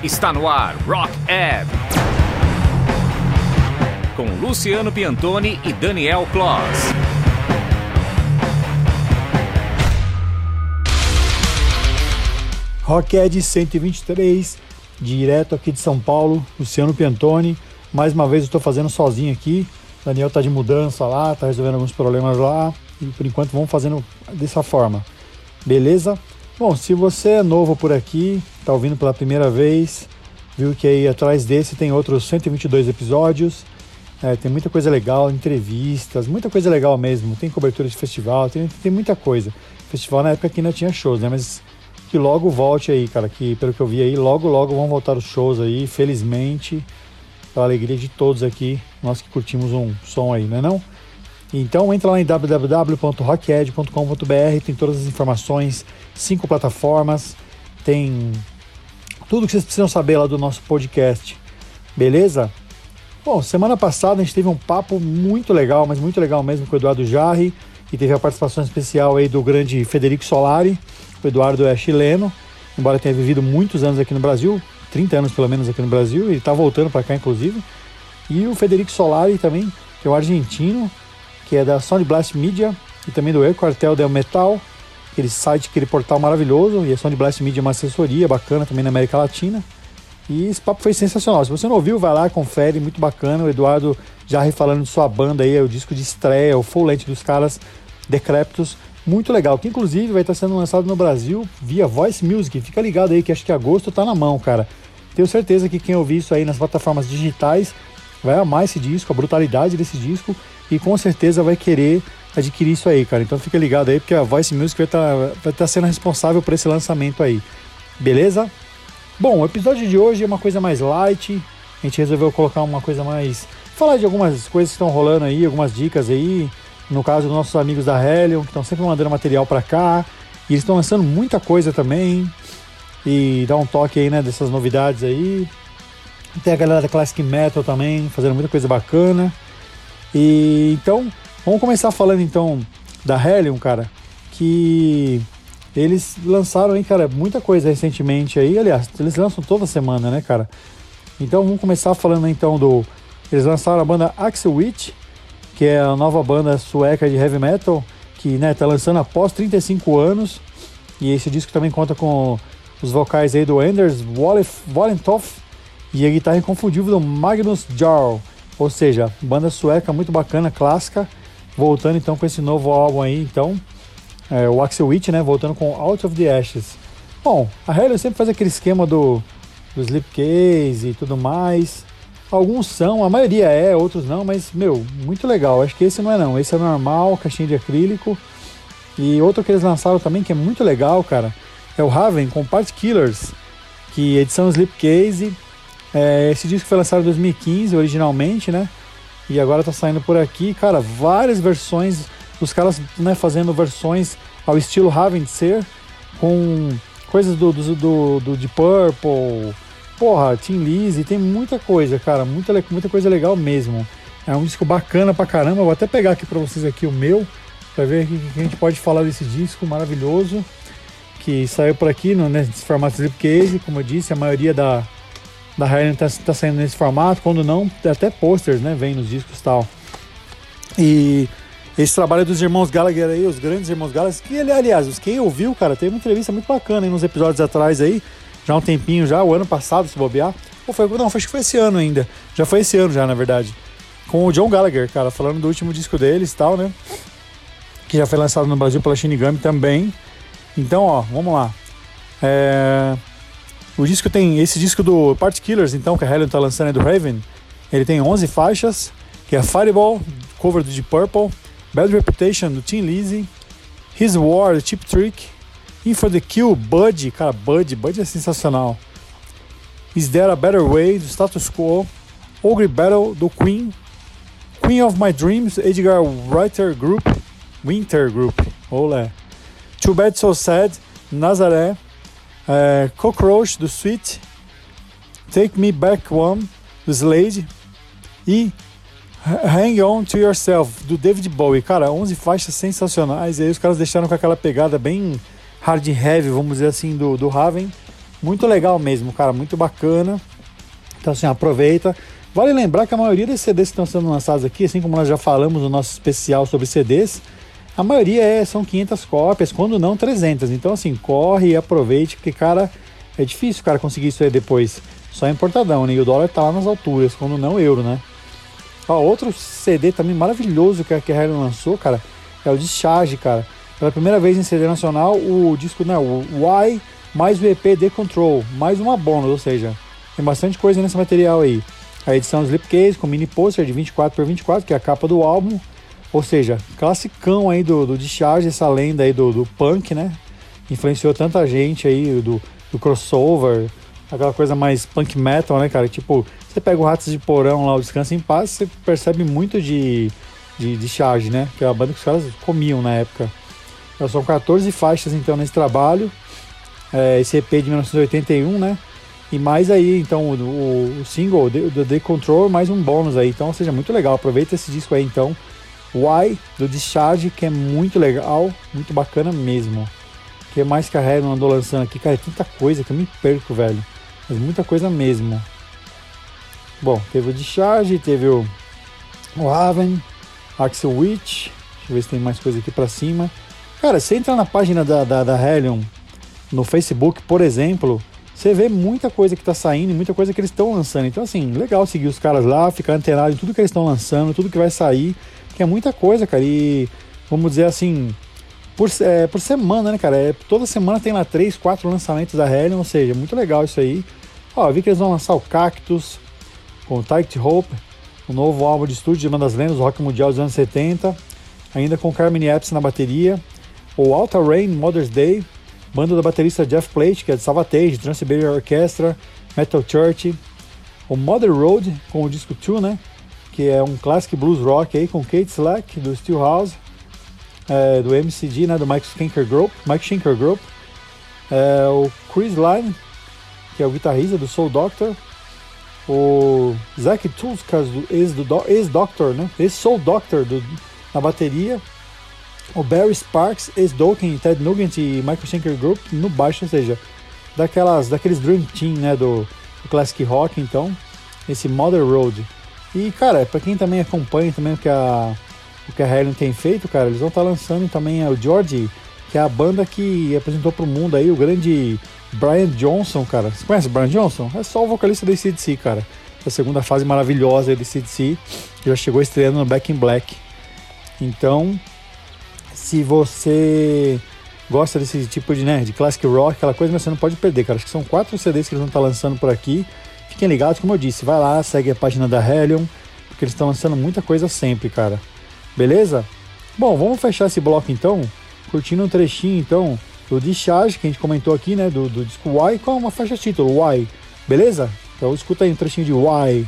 Está no ar Rock Ed, com Luciano Piantoni e Daniel Kloss. Rock Ed 123, direto aqui de São Paulo, Luciano Piantoni. Mais uma vez eu estou fazendo sozinho aqui. Daniel tá de mudança lá, tá resolvendo alguns problemas lá. E por enquanto vamos fazendo dessa forma. Beleza? Bom, se você é novo por aqui, tá ouvindo pela primeira vez, viu que aí atrás desse tem outros 122 episódios. Tem muita coisa legal, entrevistas, muita coisa legal mesmo. Tem cobertura de festival, tem muita coisa. Festival na época que ainda tinha shows, né? Mas que logo volte aí, cara, que pelo que eu vi aí, logo vão voltar os shows aí, felizmente, pela alegria de todos aqui, nós que curtimos um som aí, não é não? Então entra lá em www.rocked.com.br, tem todas as informações, 5 plataformas, tem tudo que vocês precisam saber lá do nosso podcast, beleza? Bom, semana passada a gente teve um papo muito legal, mas muito legal mesmo, com o Eduardo Jarri, e teve a participação especial aí do grande Federico Solari. O Eduardo é chileno, embora tenha vivido muitos anos aqui no Brasil, 30 anos pelo menos aqui no Brasil, ele está voltando para cá inclusive. E o Federico Solari também, que é um argentino, que é da Sound Blast Media e também do El Cartel del Metal, aquele site, aquele portal maravilhoso. E a Sound Blast Media é uma assessoria bacana também na América Latina. E esse papo foi sensacional. Se você não ouviu, vai lá, confere, muito bacana. O Eduardo já falando de sua banda aí, é o disco de estreia, o full length dos caras, Decréptos, muito legal, que inclusive vai estar sendo lançado no Brasil via Voice Music. Fica ligado aí que acho que agosto tá na mão, cara. Tenho certeza que quem ouvir isso aí nas plataformas digitais vai amar esse disco, a brutalidade desse disco, e com certeza vai querer adquirir isso aí, cara. Então fica ligado aí, porque a Voice Music vai estar sendo responsável por esse lançamento aí, beleza? Bom, o episódio de hoje é uma coisa mais light, a gente resolveu colocar uma coisa mais... falar de algumas coisas que estão rolando aí, algumas dicas aí, no caso dos nossos amigos da Helion, que estão sempre mandando material pra cá, e eles estão lançando muita coisa também, e dá um toque aí, né, dessas novidades aí. Tem a galera da Classic Metal também, fazendo muita coisa bacana. E então, vamos começar falando então da Helion, cara, que eles lançaram aí, cara, muita coisa recentemente aí. Aliás, eles lançam toda semana, né, cara? Então vamos começar falando então eles lançaram a banda Axel Witch, que é a nova banda sueca de heavy metal, que, né, tá lançando após 35 anos. E esse disco também conta com os vocais aí do Anders Wallentoff e a guitarra inconfundível do Magnus Jarl. Ou seja, banda sueca muito bacana, clássica, voltando então com esse novo álbum aí, então, o Axel Witch, né, voltando com Out of the Ashes. Bom, a Helion sempre faz aquele esquema do slipcase e tudo mais. Alguns são, a maioria outros não, mas, meu, muito legal. Acho que esse não é não, esse é normal, caixinha de acrílico. E outro que eles lançaram também, que é muito legal, cara, é o Raven com Part Killers, que é edição slipcase. Esse disco foi lançado em 2015 originalmente, né? E agora tá saindo por aqui, cara, várias versões, os caras, né, fazendo versões ao estilo Raven de ser, com coisas do Deep Purple, porra, Tin Lizzy, tem muita coisa, cara, muita coisa legal mesmo. É um disco bacana pra caramba. Vou até pegar aqui pra vocês aqui o meu, pra ver o que a gente pode falar desse disco maravilhoso, que saiu por aqui nesse formato slipcase, como eu disse, a maioria da Helion tá saindo nesse formato, quando não, até posters, né, vem nos discos e tal. E esse trabalho dos irmãos Gallagher aí, os grandes irmãos Gallagher, que aliás, quem ouviu, cara, teve uma entrevista muito bacana aí nos episódios atrás aí, já há um tempinho já, o ano passado, se bobear. Acho que foi esse ano ainda. Já foi esse ano já, na verdade. Com o John Gallagher, cara, falando do último disco deles e tal, né? Que já foi lançado no Brasil pela Shinigami também. Então, ó, vamos lá. O disco tem esse disco do Part Killers, então, que a Helion tá lançando aí do Raven. Ele tem 11 faixas, que é Fireball, cover do Deep Purple, Bad Reputation, do Tin Lizzy, His War, do Cheap Trick, In For The Kill, Buddy, cara, Buddy é sensacional. Is There A Better Way, do Status Quo, Ogre Battle, do Queen, Queen of My Dreams, Edgar Winter Group, olé. Too Bad So Sad, Nazaré, Cockroach, do Sweet, Take Me Back One, do Slade, e Hang On To Yourself, do David Bowie. Cara, 11 faixas sensacionais, e aí os caras deixaram com aquela pegada bem hard heavy, vamos dizer assim, do Raven, Muito legal mesmo, cara, muito bacana. Então assim, aproveita. Vale lembrar que a maioria desses CDs que estão sendo lançados aqui, assim como nós já falamos no nosso especial sobre CDs, a maioria são 500 cópias, quando não 300. Então assim, corre e aproveite, porque cara, é difícil o cara conseguir isso aí depois. Só importadão, né? E o dólar tá lá nas alturas, quando não euro, né? Ó, outro CD também maravilhoso que a Harrier lançou, cara, é o Discharge, cara. Pela primeira vez em CD nacional, o disco, né, o Y mais o EP The Control, mais uma bônus, ou seja, tem bastante coisa nesse material aí. A edição Slipcase com mini pôster de 24x24, que é a capa do álbum, ou seja, classicão aí do Discharge, essa lenda aí do punk, né? Influenciou tanta gente aí, do crossover, aquela coisa mais punk metal, né, cara? Tipo, você pega o Ratos de Porão lá, o Descansa em Paz, você percebe muito de Discharge, né? Que é a banda que os caras comiam na época. Então, são 14 faixas, então, nesse trabalho. Esse EP de 1981, né? E mais aí, então, o single do The Control, mais um bônus aí. Então, ou seja, muito legal. Aproveita esse disco aí, então. Why, do Discharge, que é muito legal, muito bacana mesmo. O que mais que a Harrier andou lançando aqui? Cara, é tanta coisa que eu me perco, velho. Mas muita coisa mesmo. Bom, teve o Discharge, teve o Raven, Axel Witch. Deixa eu ver se tem mais coisa aqui pra cima. Cara, você entra na página da Hellion no Facebook, por exemplo, você vê muita coisa que tá saindo e muita coisa que eles estão lançando. Então, assim, legal seguir os caras lá, ficar antenado em tudo que eles estão lançando, tudo que vai sair, que é muita coisa, cara. E, vamos dizer assim, por semana, né, cara? Toda semana tem lá 3, 4 lançamentos da Hellion, ou seja, muito legal isso aí. Ó, eu vi que eles vão lançar o Cactus com o Tight Hope, o novo álbum de estúdio de uma das lendas do rock mundial dos anos 70, ainda com Carmine Epps na bateria, o Alta Rain Mother's Day, banda da baterista Jeff Plate, que é de Savatage, Trans-Siberian Orchestra, Metal Church, o Mother Road com o disco 2, né, que é um classic blues rock aí com Kate Slack do Steelhouse, do MCG, né, do Mike Schenker Group, o Chris Line, que é o guitarrista do Soul Doctor, o Zach Tulskas, ex-Doctor, né? Ex-Soul Doctor na bateria, o Barry Sparks, ex-Dokken, Ted Nugent e Michael Schenker Group no baixo, ou seja, daqueles Dream Team, né, do Classic Rock, então, esse Mother Road. E, cara, pra quem também acompanha também o que a Hellion tem feito, cara, eles vão estar lançando também o George, que é a banda que apresentou pro mundo aí o grande Brian Johnson, cara. Você conhece o Brian Johnson? É só o vocalista do AC/DC, cara. A segunda fase maravilhosa do AC/DC, já chegou estreando no Back in Black. Então, se você gosta desse tipo de classic rock, aquela coisa, mas você não pode perder, cara. Acho que são 4 CDs que eles vão estar lançando por aqui. Fiquem ligados, como eu disse, vai lá, segue a página da Hellion, porque eles estão lançando muita coisa sempre, cara. Beleza? Bom, vamos fechar esse bloco então, curtindo um trechinho então do Discharge, que a gente comentou aqui, né, do disco Y, com uma faixa título, Y, beleza? Então escuta aí um trechinho de Y.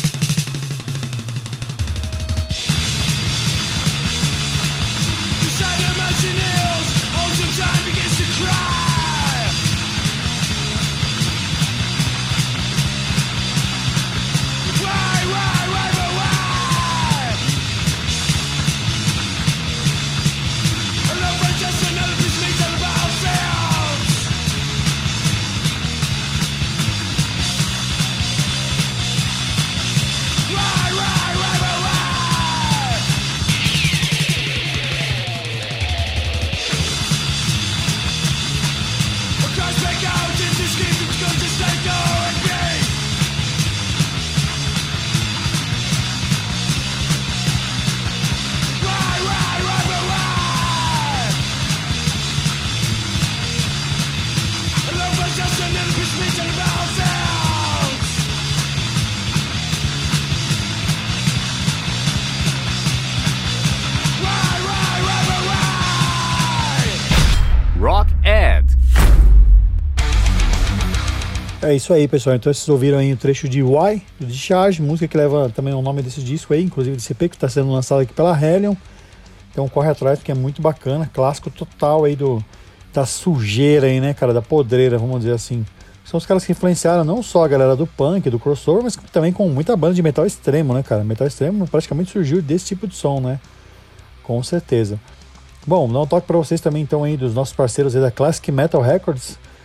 É isso aí, pessoal. Então vocês ouviram aí o trecho de Y, do Discharge, música que leva também o nome desse disco aí, inclusive desse EP que está sendo lançado aqui pela Hellion. Então corre atrás, porque é muito bacana, clássico total aí da sujeira aí, né, cara, da podreira, vamos dizer assim. São os caras que influenciaram não só a galera do punk, do crossover, mas também com muita banda de metal extremo, né, cara. Metal extremo praticamente surgiu desse tipo de som, né, com certeza. Bom, dá um toque para vocês também então aí dos nossos parceiros aí da Classic Metal Records,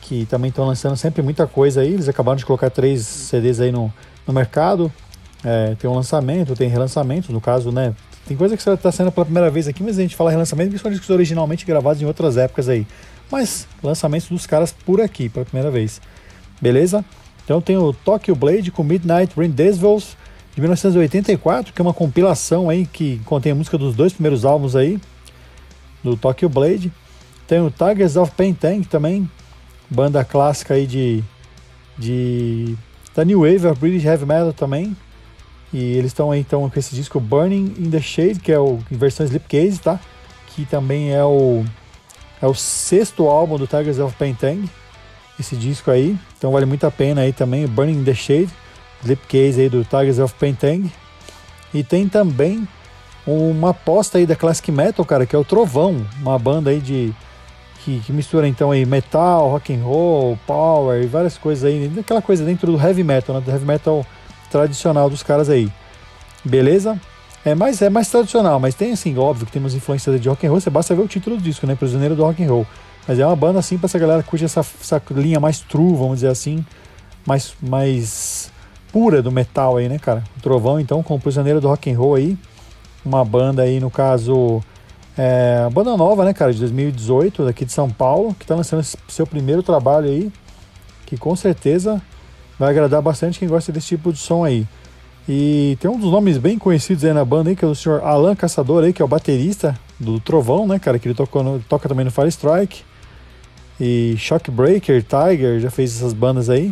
que também estão lançando sempre muita coisa aí. Eles acabaram de colocar 3 CDs aí no mercado. Tem um lançamento, tem relançamento, no caso, né? Tem coisa que está sendo pela primeira vez aqui, mas a gente fala relançamento porque são discos originalmente gravados em outras épocas aí. Mas lançamentos dos caras por aqui, pela primeira vez. Beleza? Então tem o Tokyo Blade com Midnight Rendezvous de 1984, que é uma compilação aí que contém a música dos 2 primeiros álbuns aí do Tokyo Blade. Tem o Tigers of Pantang também, banda clássica aí da New Wave of British Heavy Metal também. E eles estão aí então com esse disco Burning in the Shade, que é em versão Slipcase, tá? Que também é o 6º álbum do Tigers of Pantang, esse disco aí. Então vale muito a pena aí também, Burning in the Shade, Slipcase aí do Tigers of Pantang. E tem também uma aposta aí da Classic Metal, cara, que é o Trovão, uma banda aí que mistura então aí metal, rock and roll, power e várias coisas aí, aquela coisa dentro do heavy metal, né? Do heavy metal tradicional dos caras aí. Beleza? É mais tradicional, mas tem assim, óbvio que tem umas influências de rock and roll, você basta ver o título do disco, né? Prisioneiro do Rock and Roll. Mas é uma banda assim pra essa galera que curte essa linha mais true, vamos dizer assim, mais pura do metal aí, né, cara? O Trovão, então, com o Prisioneiro do Rock and Roll aí, uma banda aí, no caso, a banda nova, né, cara, de 2018, daqui de São Paulo, que tá lançando seu primeiro trabalho aí, que com certeza vai agradar bastante quem gosta desse tipo de som aí. E tem um dos nomes bem conhecidos aí na banda aí, que é o senhor Alan Caçador aí, que é o baterista do Trovão, né, cara, que ele toca também no Fire Strike e Shockbreaker, Tiger, já fez essas bandas aí.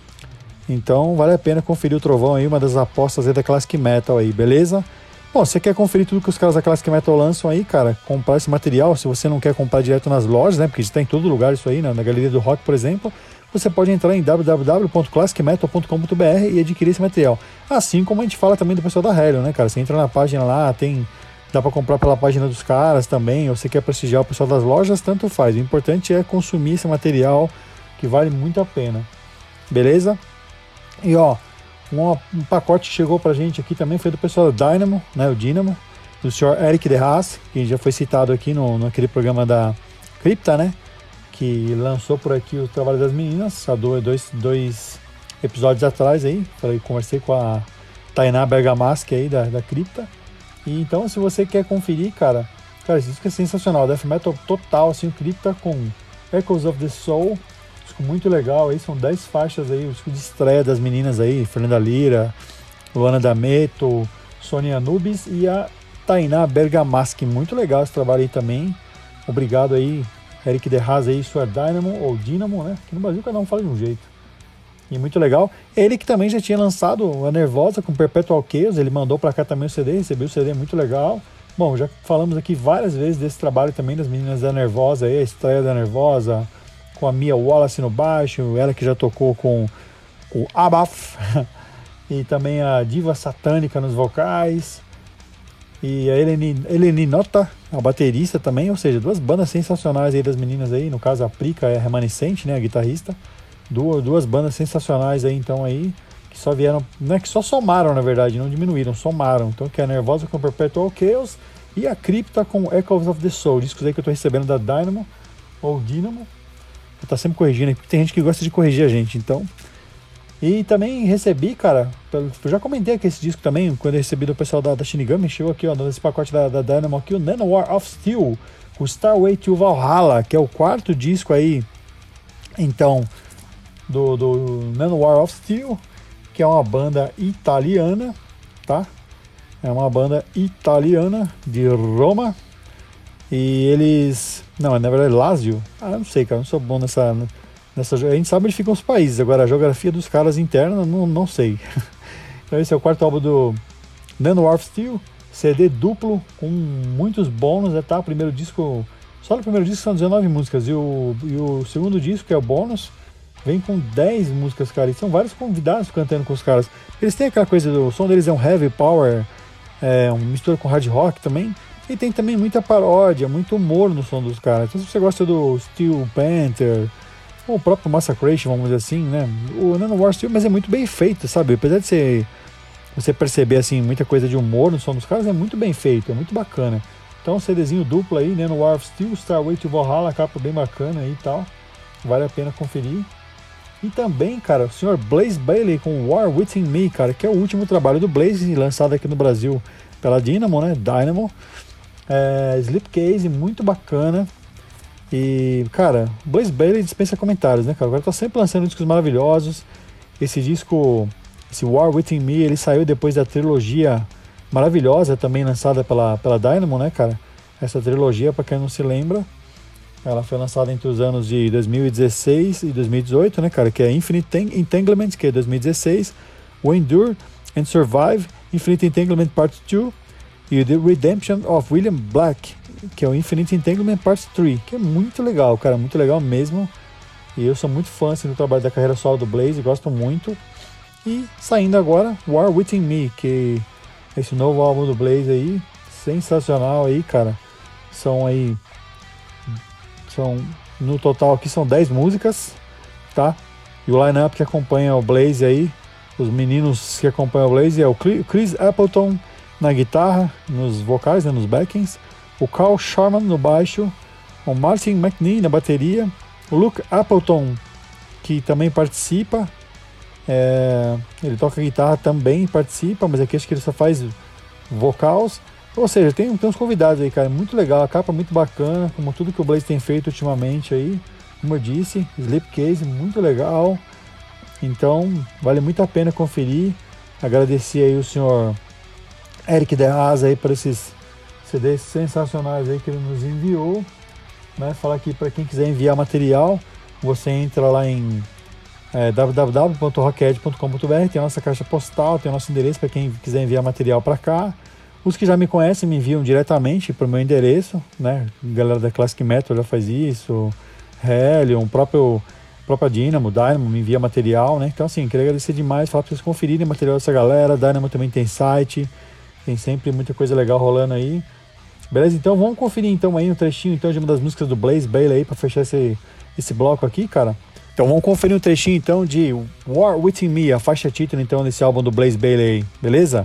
Então vale a pena conferir o Trovão aí, uma das apostas aí da Classic Metal aí, beleza? Bom, se você quer conferir tudo que os caras da Classic Metal lançam aí, cara, comprar esse material, se você não quer comprar direto nas lojas, né, porque está em todo lugar isso aí, né, na Galeria do Rock, por exemplo, você pode entrar em www.classicmetal.com.br e adquirir esse material. Assim como a gente fala também do pessoal da Helion, né, cara? Você entra na página lá, dá pra comprar pela página dos caras também, ou você quer prestigiar o pessoal das lojas, tanto faz. O importante é consumir esse material, que vale muito a pena. Beleza? E ó, um pacote que chegou pra gente aqui também foi do pessoal da Dynamo, né, o Dynamo, do senhor Eric de Haas, que já foi citado aqui naquele programa da Cripta, né? Que lançou por aqui o trabalho das meninas há dois episódios atrás aí. Conversei com a Tainá Bergamaschi aí da Cripta. E então, se você quer conferir, cara, esse disco é sensacional, death metal total, assim, o Cripta com Echoes of the Soul, disco muito legal aí, são 10 faixas aí, o disco de estreia das meninas aí, Fernanda Lira, Luana D'Ameto, Sônia Anubis e a Tainá Bergamaschi, muito legal esse trabalho aí também. Obrigado aí, Eric de Haas aí, sua Dynamo, ou Dynamo, né? Aqui no Brasil cada um fala de um jeito. E muito legal. Ele que também já tinha lançado a Nervosa com Perpetual Chaos, ele mandou pra cá também o CD, recebeu o CD, muito legal. Bom, já falamos aqui várias vezes desse trabalho também das meninas da Nervosa aí, a estreia da Nervosa, com a Mia Wallace no baixo, ela que já tocou com o Abaf, e também a Diva Satânica nos vocais. E a Eleni Nota, a baterista também, ou seja, 2 bandas sensacionais aí das meninas aí, no caso a Prica é a Remanescente, né, a guitarrista, duas bandas sensacionais aí, então aí, que só vieram, não é que só somaram na verdade, não diminuíram, somaram, então que é a Nervosa com Perpetual Chaos e a Cripta com Echoes of the Soul, discos aí que eu tô recebendo da Dynamo, ou Dynamo, eu tô sempre corrigindo aí, porque tem gente que gosta de corrigir a gente, então. E também recebi, cara, eu já comentei aqui esse disco também, quando eu recebi do pessoal da Shinigami, chegou aqui, ó, nesse pacote da Dynamo aqui, o Nanowar of Steel, o Starway to Valhalla, que é o 4º disco aí, então, do Nanowar of Steel, que é uma banda italiana, tá? É uma banda italiana de Roma, e eles... Não, na verdade, Lazio? Não sei, cara, não sou bom nessa... A gente sabe onde ficam os países, agora a geografia dos caras interna, não sei. Então esse é o 4º álbum do Nanowar of Steel, CD duplo, com muitos bônus, tá? O primeiro disco, só no primeiro disco são 19 músicas, e o segundo disco, que é o bônus, vem com 10 músicas, cara, e são vários convidados cantando com os caras. Eles têm aquela coisa o som deles é um heavy power, uma mistura com hard rock também, e tem também muita paródia, muito humor no som dos caras. Então se você gosta do Steel Panther, o próprio Massacration, vamos dizer assim, né? O Nanowar Steel, mas é muito bem feito, sabe? Apesar de você perceber, assim, muita coisa de humor no som dos caras, é muito bem feito, é muito bacana. Então, CDzinho duplo aí, Nanowar Steel, Starway to Valhalla, capa bem bacana aí e tal. vale a pena conferir. E também, cara, o Sr. Blaze Bayley com War Within Me, cara, que é o último trabalho do Blaze, lançado aqui no Brasil pela Dynamo, né? Dynamo. Slipcase, muito bacana. E, cara, Blaze Bayley dispensa comentários, né, cara? O cara tá sempre lançando discos maravilhosos. Esse disco, esse War Within Me, ele saiu depois da trilogia maravilhosa, também lançada pela Dynamo, né, cara? Essa trilogia, pra quem não se lembra, ela foi lançada entre os anos de 2016 e 2018, né, cara? Que é Infinite Entanglement, que é 2016, o Endure and Survive, Infinite Entanglement Part 2 e The Redemption of William Black, que é o Infinite Entanglement Part 3, que é muito legal, cara, muito legal mesmo. E eu sou muito fã assim, do trabalho da carreira solo do Blaze, gosto muito. E saindo agora, War Within Me, que é esse novo álbum do Blaze aí, sensacional aí, cara. São no total aqui são 10 músicas, tá? E o line-up que acompanha o Blaze aí, os meninos que acompanham o Blaze é o Chris Appleton na guitarra, nos vocais, né, nos backings, o Carl Sharman no baixo, o Martin McNee na bateria, o Luke Appleton, que também participa, ele toca guitarra também, participa, mas aqui acho que ele só faz vocals. Ou seja, tem uns convidados aí, cara, muito legal, a capa muito bacana, como tudo que o Blaze tem feito ultimamente aí, como eu disse, Slipcase, muito legal, então vale muito a pena conferir. Agradecer aí o senhor Eric De Haas aí por esses CDs sensacionais aí que ele nos enviou, né? Falar aqui para quem quiser enviar material, você entra lá em www.rocked.com.br, tem a nossa caixa postal, tem o nosso endereço para quem quiser enviar material para cá. Os que já me conhecem me enviam diretamente para o meu endereço, né? A galera da Classic Metal já faz isso, Hellion, própria Dynamo me envia material, né? Então assim, queria agradecer demais, falar para vocês conferirem o material dessa galera. Dynamo também tem site, tem sempre muita coisa legal rolando aí. Beleza? Então vamos conferir então aí um trechinho então, de uma das músicas do Blaze Bayley aí para fechar esse bloco aqui, cara. Então vamos conferir um trechinho então de War Within Me, a faixa título então desse álbum do Blaze Bayley, beleza?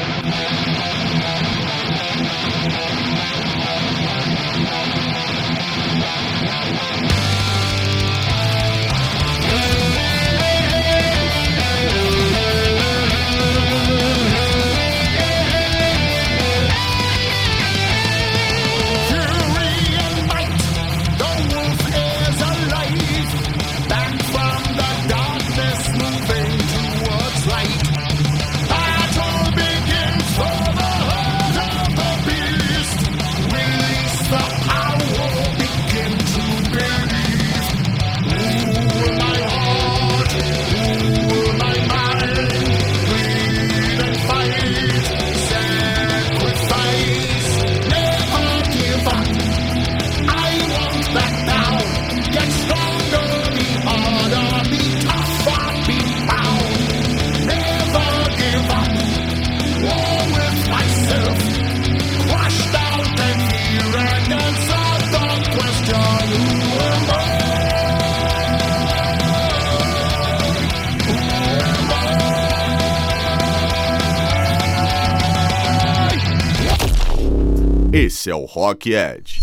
Esse é o Rock Edge.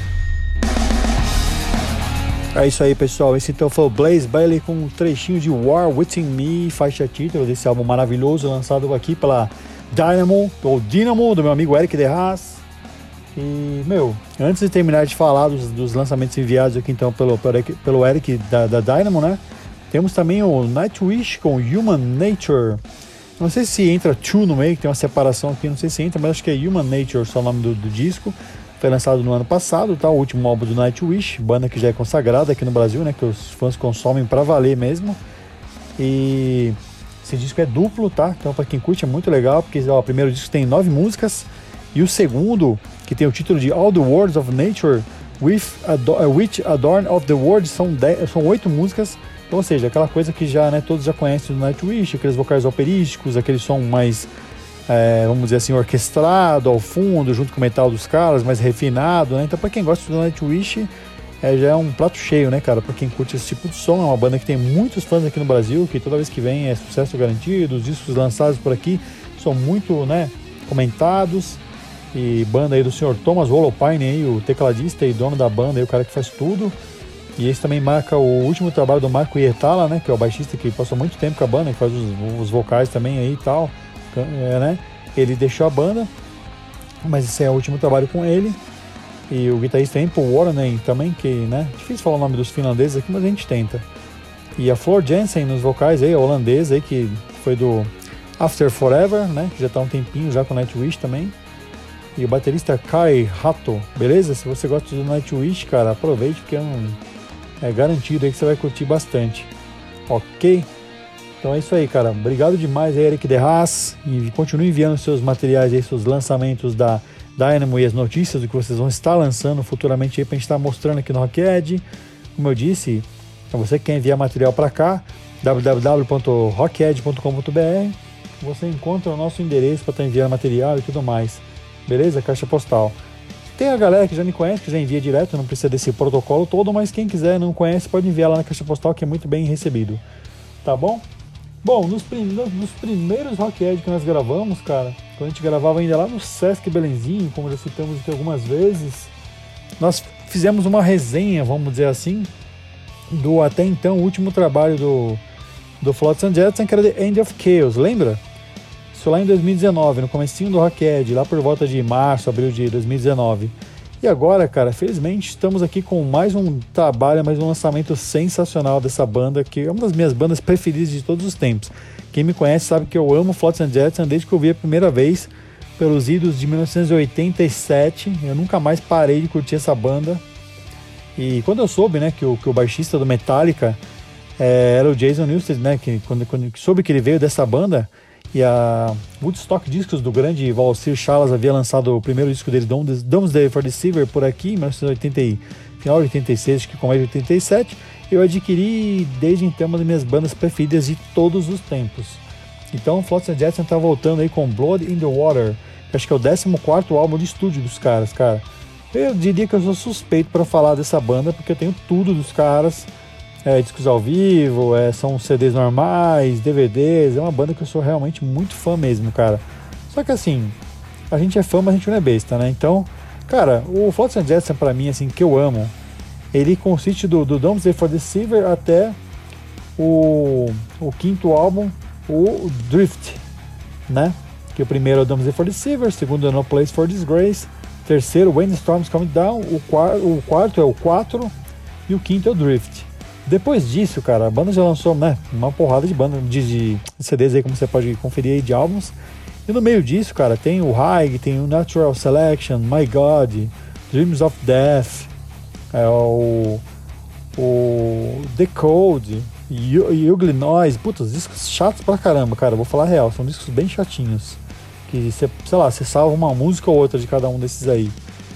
É isso aí, pessoal. Esse então foi o Blaze Bayley com um trechinho de War Within Me, faixa título desse álbum maravilhoso lançado aqui pela Dynamo, ou Dynamo, do meu amigo Eric De Haas. E, antes de terminar de falar dos lançamentos enviados aqui então pelo Eric da Dynamo, né? Temos também o Nightwish com Human Nature. Não sei se entra Two no meio, que tem uma separação aqui, não sei se entra, mas acho que é Human Nature, só o nome do disco. Foi lançado no ano passado, tá? O último álbum do Nightwish, banda que já é consagrada aqui no Brasil, né? Que os fãs consomem pra valer mesmo. E esse disco é duplo, tá? Então pra quem curte é muito legal, porque o primeiro disco tem 9 músicas, e o segundo, que tem o título de All the Words of Nature, Which Adorn of the World, são 8 músicas. Ou seja, aquela coisa que já, né, todos já conhecem do Nightwish, aqueles vocais operísticos, aquele som mais, vamos dizer assim, orquestrado ao fundo, junto com o metal dos caras, mais refinado, né? Então pra quem gosta do Nightwish, já é um prato cheio, né, cara? Pra quem curte esse tipo de som, é uma banda que tem muitos fãs aqui no Brasil, que toda vez que vem é sucesso garantido, os discos lançados por aqui são muito, né, comentados. E banda aí do senhor Thomas Holopainen aí, o tecladista e dono da banda aí, o cara que faz tudo. E esse também marca o último trabalho do Marco Hietala, né? Que é o baixista que passou muito tempo com a banda, que faz os vocais também aí e tal, né? Ele deixou a banda, mas esse é o último trabalho com ele. E o guitarrista Paul Warren também, que, né? Difícil falar o nome dos finlandeses aqui, mas a gente tenta. E a Floor Jansen nos vocais aí, a holandesa aí, que foi do After Forever, né? Que já tá há um tempinho já com o Nightwish também. E o baterista Kai Hato, beleza? Se você gosta do Nightwish, cara, aproveite, porque é garantido aí que você vai curtir bastante. Ok? Então é isso aí, cara. Obrigado demais aí, Eric De Haas. E continue enviando seus materiais aí, seus lançamentos da Dynamo e as notícias do que vocês vão estar lançando futuramente aí pra gente estar mostrando aqui no Rockhead. Como eu disse, se você quer enviar material para cá, www.rockhead.com.br, você encontra o nosso endereço para estar enviando material e tudo mais. Beleza? Caixa postal. Tem a galera que já me conhece, que já envia direto, não precisa desse protocolo todo, mas quem quiser, não conhece, pode enviar lá na caixa postal, que é muito bem recebido. Tá bom? Bom, nos primeiros Rockhead que nós gravamos, cara, quando a gente gravava ainda lá no Sesc Belenzinho, como já citamos aqui algumas vezes, nós fizemos uma resenha, vamos dizer assim, do até então último trabalho do Flotsam and Jetsam, que era The End of Chaos, lembra? Isso lá em 2019, no comecinho do Rockhead, lá por volta de março, abril de 2019. E agora, cara, felizmente estamos aqui com mais um trabalho, mais um lançamento sensacional dessa banda, que é uma das minhas bandas preferidas de todos os tempos. Quem me conhece sabe que eu amo Flotsam and Jetsam desde que eu vi a primeira vez, pelos idos de 1987. Eu nunca mais parei de curtir essa banda. E quando eu soube, né, que o baixista do Metallica era o Jason Newsted, né, que quando soube que ele veio dessa banda, e a Woodstock Discos do grande Valsir Chalas havia lançado o primeiro disco dele, Doomsday for Deceiver, por aqui, em 1980, final de 86, acho que começo de 87, eu adquiri desde então uma das minhas bandas preferidas de todos os tempos. Então, Flotsam and Jetsam tá voltando aí com Blood in the Water, que acho que é o 14º álbum de estúdio dos caras, cara. Eu diria que eu sou suspeito para falar dessa banda, porque eu tenho tudo dos caras, discos ao vivo, são CDs normais, DVDs, é uma banda que eu sou realmente muito fã mesmo, cara. Só que assim, a gente é fã, mas a gente não é besta, né? Então, cara, o Flotsam and Jetsam pra mim, assim, que eu amo, ele consiste do Doomsday for Deceiver até o quinto álbum, o Drift, né? Que o primeiro é o Doomsday for Deceiver, o segundo é No Place for Disgrace, o terceiro, When the Storm's Coming Down, o quarto é o 4 e o quinto é o Drift. Depois disso, cara, a banda já lançou, né, uma porrada de banda de CDs aí, como você pode conferir aí, de álbuns. E no meio disso, cara, tem o Haig, tem o Natural Selection, My God, Dreams of Death, o The Code, e Ugly Noise. Putz, discos chatos pra caramba, cara, vou falar a real, são discos bem chatinhos. Que, sei lá, você salva uma música ou outra de cada um desses aí.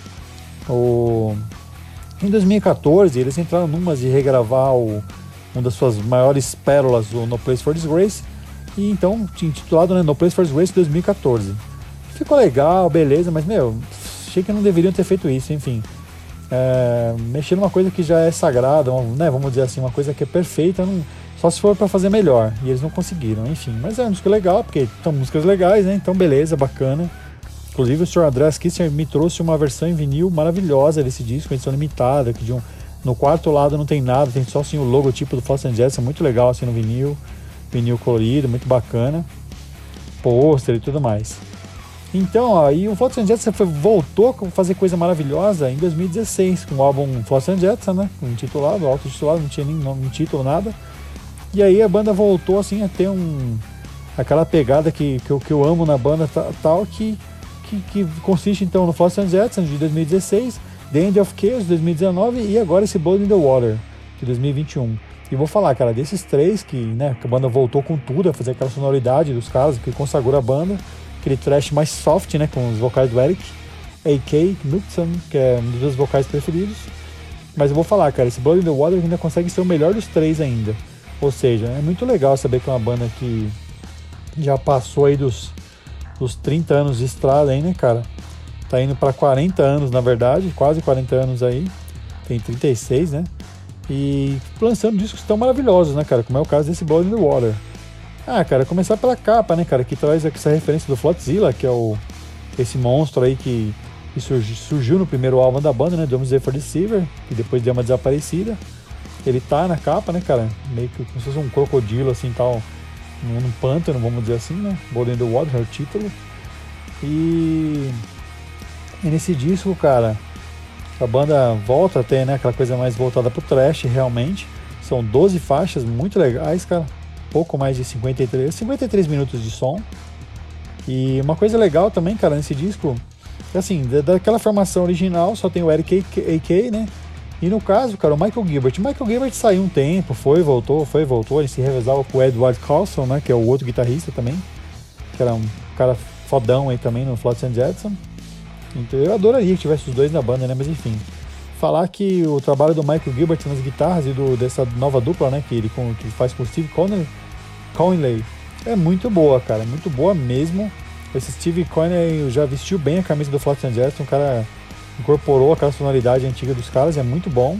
Em 2014, eles entraram numas de regravar uma das suas maiores pérolas, o No Place for Disgrace, e então intitulado, né, No Place for Disgrace 2014. Ficou legal, beleza, mas, achei que não deveriam ter feito isso, enfim. Mexer numa coisa que já é sagrada, né, vamos dizer assim, uma coisa que é perfeita, só se for para fazer melhor, e eles não conseguiram, enfim. Mas é um disco legal, porque são músicas legais, né, então beleza, bacana. Inclusive o Sr. Andreas Kisser me trouxe uma versão em vinil maravilhosa desse disco, edição limitada, que no quarto lado não tem nada, tem só assim, o logotipo do Flotsam and Jetsam, muito legal assim no vinil colorido, muito bacana, pôster e tudo mais. Então, aí o Flotsam and Jetsam voltou a fazer coisa maravilhosa em 2016, com o álbum Flotsam and Jetsam, né, intitulado, auto-intitulado, não tinha nem nome, título, nada. E aí a banda voltou assim a ter aquela pegada que eu amo na banda tal, que consiste então no Flotsam and Jetsam de 2016, The End of Chaos de 2019 e agora esse Blood in the Water de 2021. E vou falar, cara, desses três que a banda voltou com tudo a fazer aquela sonoridade dos caras que consagrou a banda, aquele thrash mais soft, né, com os vocais do Eric, A.K. Knudsen, que é um dos meus vocais preferidos. Mas eu vou falar, cara, esse Blood in the Water ainda consegue ser o melhor dos três ainda. Ou seja, é muito legal saber que é uma banda que já passou aí dos 30 anos de estrada aí, né, cara? Tá indo pra 40 anos, na verdade, quase 40 anos aí. Tem 36, né? E lançando discos tão maravilhosos, né, cara? Como é o caso desse Blood in the Water. Cara, começar pela capa, né, cara? Que traz essa referência do Flotzilla, que é esse monstro aí que surgiu no primeiro álbum da banda, né? Doomsday for Deceiver, que depois deu uma desaparecida. Ele tá na capa, né, cara? Meio que como se fosse um crocodilo, assim, tal, num pântano, vamos dizer assim, né? Blood in the Water é o título. E nesse disco, cara, a banda volta até, né, aquela coisa mais voltada pro thrash, realmente. São 12 faixas muito legais, cara. Pouco mais de 53 minutos de som. E uma coisa legal também, cara, nesse disco, é assim, daquela formação original só tem o Eric A.K., né? E no caso, cara, o Michael Gilbert saiu um tempo, foi e voltou, ele se revezava com o Edward Carlson, né, que é o outro guitarrista também, que era um cara fodão aí também no Flotsam and Jetsam. Então eu adoraria que tivesse os dois na banda, né, mas enfim. Falar que o trabalho do Michael Gilbert nas guitarras e dessa nova dupla, né, que faz com o Steve Conley, é muito boa, cara, muito boa mesmo. Esse Steve Conley já vestiu bem a camisa do Flotsam and Jetsam, um cara incorporou aquela sonoridade antiga dos caras, é muito bom.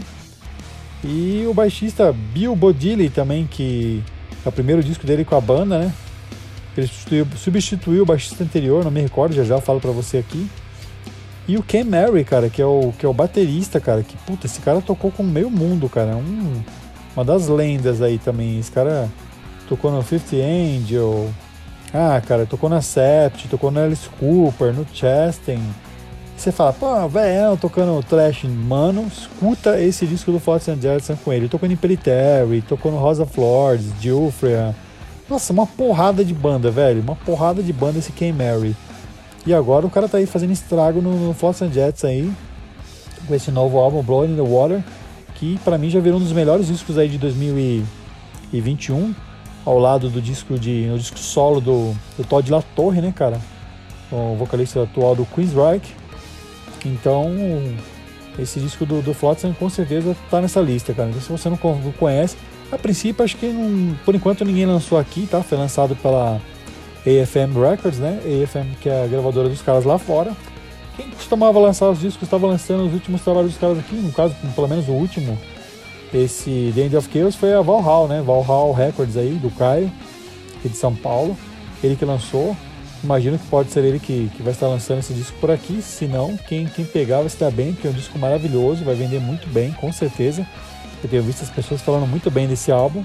E o baixista Bill Bodili também, que é o primeiro disco dele com a banda, né? Ele substituiu o baixista anterior, não me recordo, já eu falo pra você aqui. E o Ken Mary, cara, que é o baterista, cara, que puta, esse cara tocou com meio mundo, cara, uma das lendas aí também. Esse cara tocou no Fifth Angel, cara, tocou na Sept, tocou no Alice Cooper, no Chastain. Você fala, pô, velho, tocando thrash, mano, escuta esse disco do Flotsam and Jetsam com ele. Ele tocou no Impellitteri, tocou no Rosa Flores, Giuffria. Nossa, uma porrada de banda, velho, uma porrada de banda esse Ken Mary. E agora o cara tá aí fazendo estrago no Flotsam and Jetsam aí, com esse novo álbum, Blood in the Water, que pra mim já virou um dos melhores discos aí de 2021, ao lado do disco solo do Todd La Torre, né, cara, o vocalista atual do Queensryche. Então, esse disco do Flotsam com certeza tá nessa lista, cara. Então, se você não conhece, a princípio acho que por enquanto ninguém lançou aqui, tá? Foi lançado pela AFM Records, né? AFM, que é a gravadora dos caras lá fora. Quem costumava lançar os discos estava lançando os últimos trabalhos dos caras aqui, no caso, pelo menos o último, esse The End of Chaos, foi a Valhalla, né? Valhalla Records aí, do Caio, aqui de São Paulo. Ele que lançou. Imagino que pode ser ele que vai estar lançando esse disco por aqui. Se não, quem pegar vai estar bem, porque é um disco maravilhoso, vai vender muito bem, com certeza. Eu tenho visto as pessoas falando muito bem desse álbum.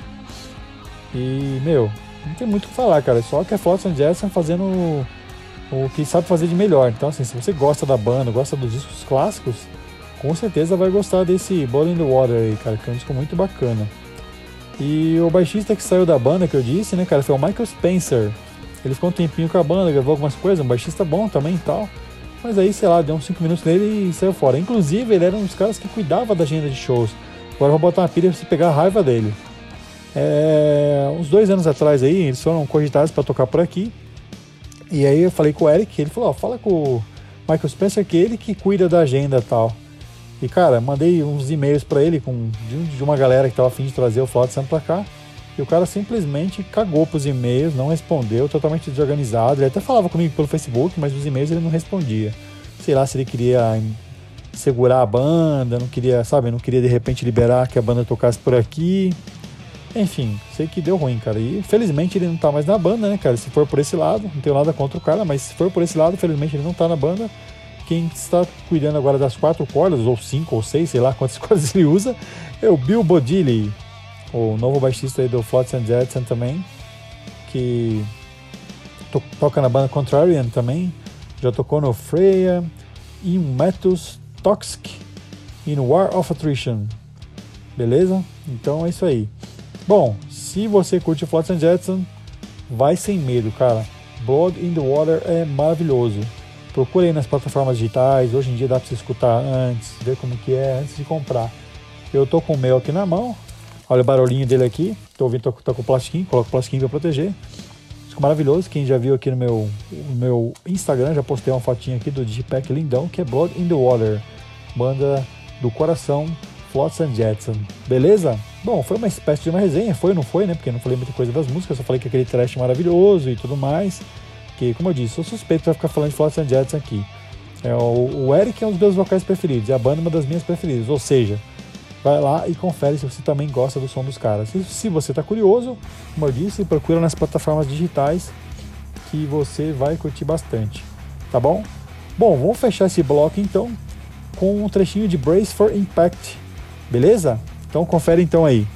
E, meu, não tem muito o que falar, cara. Só que a Flotsam and Jetsam fazendo o que sabe fazer de melhor. Então, assim, se você gosta da banda, gosta dos discos clássicos, com certeza vai gostar desse Blood in the Water aí, cara, que é um disco muito bacana. E o baixista que saiu da banda, que eu disse, né, cara, foi o Michael Spencer. Ele ficou um tempinho com a banda, gravou algumas coisas, um baixista bom também e tal. Mas aí, sei lá, deu uns 5 minutos nele e saiu fora. Inclusive, ele era um dos caras que cuidava da agenda de shows. Agora eu vou botar uma pilha pra você pegar a raiva dele. Uns 2 anos atrás aí, eles foram cogitados pra tocar por aqui. E aí eu falei com o Eric, ele falou, fala com o Michael Spencer que ele que cuida da agenda e tal. E cara, mandei uns e-mails pra ele de uma galera que tava a fim de trazer o Flotsam pra cá. E o cara simplesmente cagou pros e-mails, não respondeu, totalmente desorganizado. Ele até falava comigo pelo Facebook, mas os e-mails ele não respondia. Sei lá se ele queria segurar a banda, não queria de repente liberar que a banda tocasse por aqui. Enfim, sei que deu ruim, cara. E felizmente ele não tá mais na banda, né, cara? Se for por esse lado, não tenho nada contra o cara, mas se for por esse lado, felizmente ele não tá na banda. Quem está cuidando agora das 4 cordas, ou 5 ou 6, sei lá quantas cordas ele usa, é o Bill Bodili, o novo baixista aí do Flotsam and Jetsam também, que toca na banda Contrarian também, já tocou no Freya, In Metus Toxic e no War of Attrition, beleza? Então é isso aí. Bom, se você curte Flotsam and Jetsam, vai sem medo, cara. Blood in the Water é maravilhoso. Procure aí nas plataformas digitais, hoje em dia dá pra você escutar antes, ver como que é, antes de comprar. Eu tô com o meu aqui na mão, olha o barulhinho dele aqui, tô ouvindo, tô com o plastiquinho, coloco o plastiquinho pra proteger. Disco maravilhoso, quem já viu aqui no meu Instagram, já postei uma fotinha aqui do Digipack lindão, que é Blood in the Water, banda do coração, Flotsam and Jetsam, beleza? Bom, foi uma espécie de uma resenha, foi ou não foi, né? Porque eu não falei muita coisa das músicas, só falei que aquele trash maravilhoso e tudo mais. Que, como eu disse, sou suspeito pra ficar falando de Flotsam and Jetsam aqui. O Eric é um dos meus vocais preferidos, e a banda é uma das minhas preferidas. Ou seja, vai lá e confere se você também gosta do som dos caras. Se você tá curioso, como eu disse, procura nas plataformas digitais que você vai curtir bastante. Tá bom? Bom, vamos fechar esse bloco então com um trechinho de Brace for Impact. Beleza? Então confere então aí.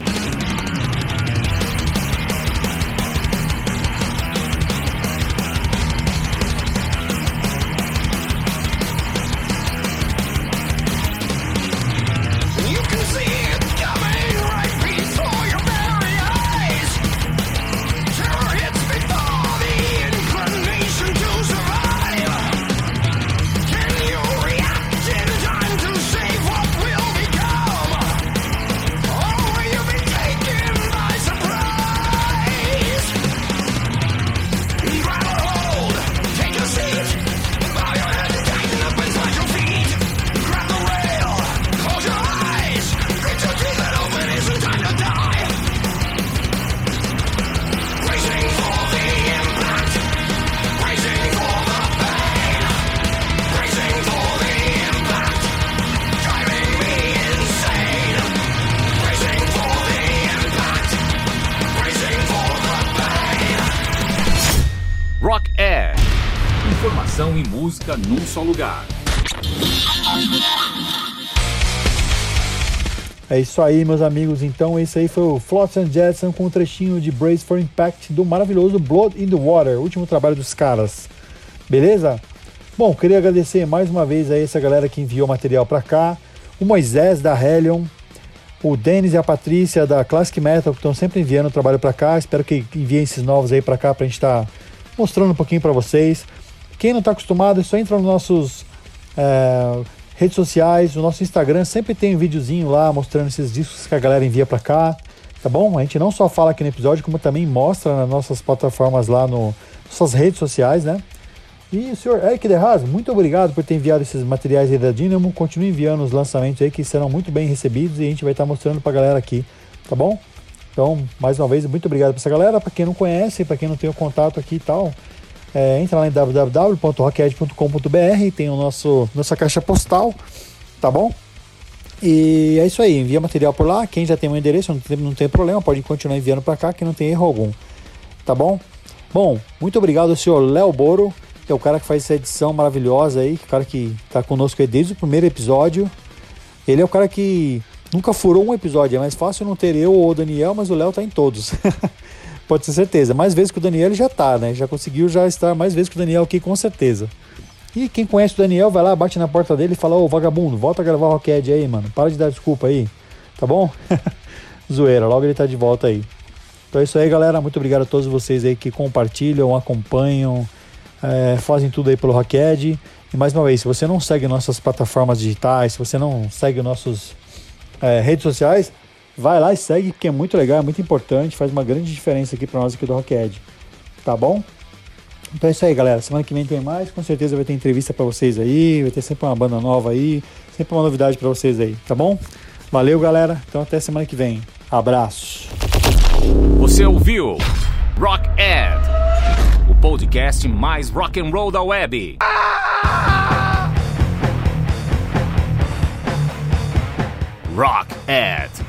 Rock Ed. Informação e música num só lugar. É isso aí, meus amigos. Então esse aí foi o Flotsam and Jetsam com um trechinho de Brace for Impact do maravilhoso Blood in the Water, o último trabalho dos caras. Beleza? Bom, queria agradecer mais uma vez a essa galera que enviou material pra cá. O Moisés da Hellion, o Denis e a Patrícia da Classic Metal, que estão sempre enviando trabalho pra cá. Espero que enviem esses novos aí pra cá pra gente estar mostrando um pouquinho pra vocês. Quem não tá acostumado, é só entrar nos nossos redes sociais, no nosso Instagram, sempre tem um videozinho lá mostrando esses discos que a galera envia pra cá, tá bom? A gente não só fala aqui no episódio, como também mostra nas nossas plataformas lá, nas suas redes sociais, né? E o senhor Eric De Haas, muito obrigado por ter enviado esses materiais aí da Dynamo. Continue enviando os lançamentos aí que serão muito bem recebidos e a gente vai estar mostrando pra galera aqui, tá bom? Então, mais uma vez, muito obrigado pra essa galera. Pra quem não conhece, pra quem não tem o contato aqui e tal, entra lá em www.rocked.com.br, tem nossa caixa postal, tá bom? E é isso aí, envia material por lá. Quem já tem um endereço, não tem problema, pode continuar enviando pra cá, que não tem erro algum, tá bom? Bom, muito obrigado ao senhor Léo Boro, que é o cara que faz essa edição maravilhosa aí, o cara que tá conosco aí desde o primeiro episódio. Ele é o cara que nunca furou um episódio, é mais fácil não ter eu ou o Daniel, mas o Léo tá em todos. Pode ter certeza, mais vezes que o Daniel ele já tá, né? Já conseguiu estar mais vezes que o Daniel aqui, com certeza. E quem conhece o Daniel, vai lá, bate na porta dele e fala: ô vagabundo, volta a gravar o Rocked aí, mano. Para de dar desculpa aí, tá bom? Zoeira, logo ele tá de volta aí. Então é isso aí, galera. Muito obrigado a todos vocês aí que compartilham, acompanham, fazem tudo aí pelo Rocked. E mais uma vez, se você não segue nossas plataformas digitais, se você não segue nossas redes sociais, vai lá e segue, que é muito legal, é muito importante, faz uma grande diferença aqui pra nós aqui do Rocked, tá bom? Então é isso aí, galera, semana que vem tem mais, com certeza vai ter entrevista pra vocês aí, vai ter sempre uma banda nova aí, sempre uma novidade pra vocês aí, tá bom? Valeu, galera, então até semana que vem, abraço! Você ouviu Rock Ed, o podcast mais rock and roll da web. Rock Ed.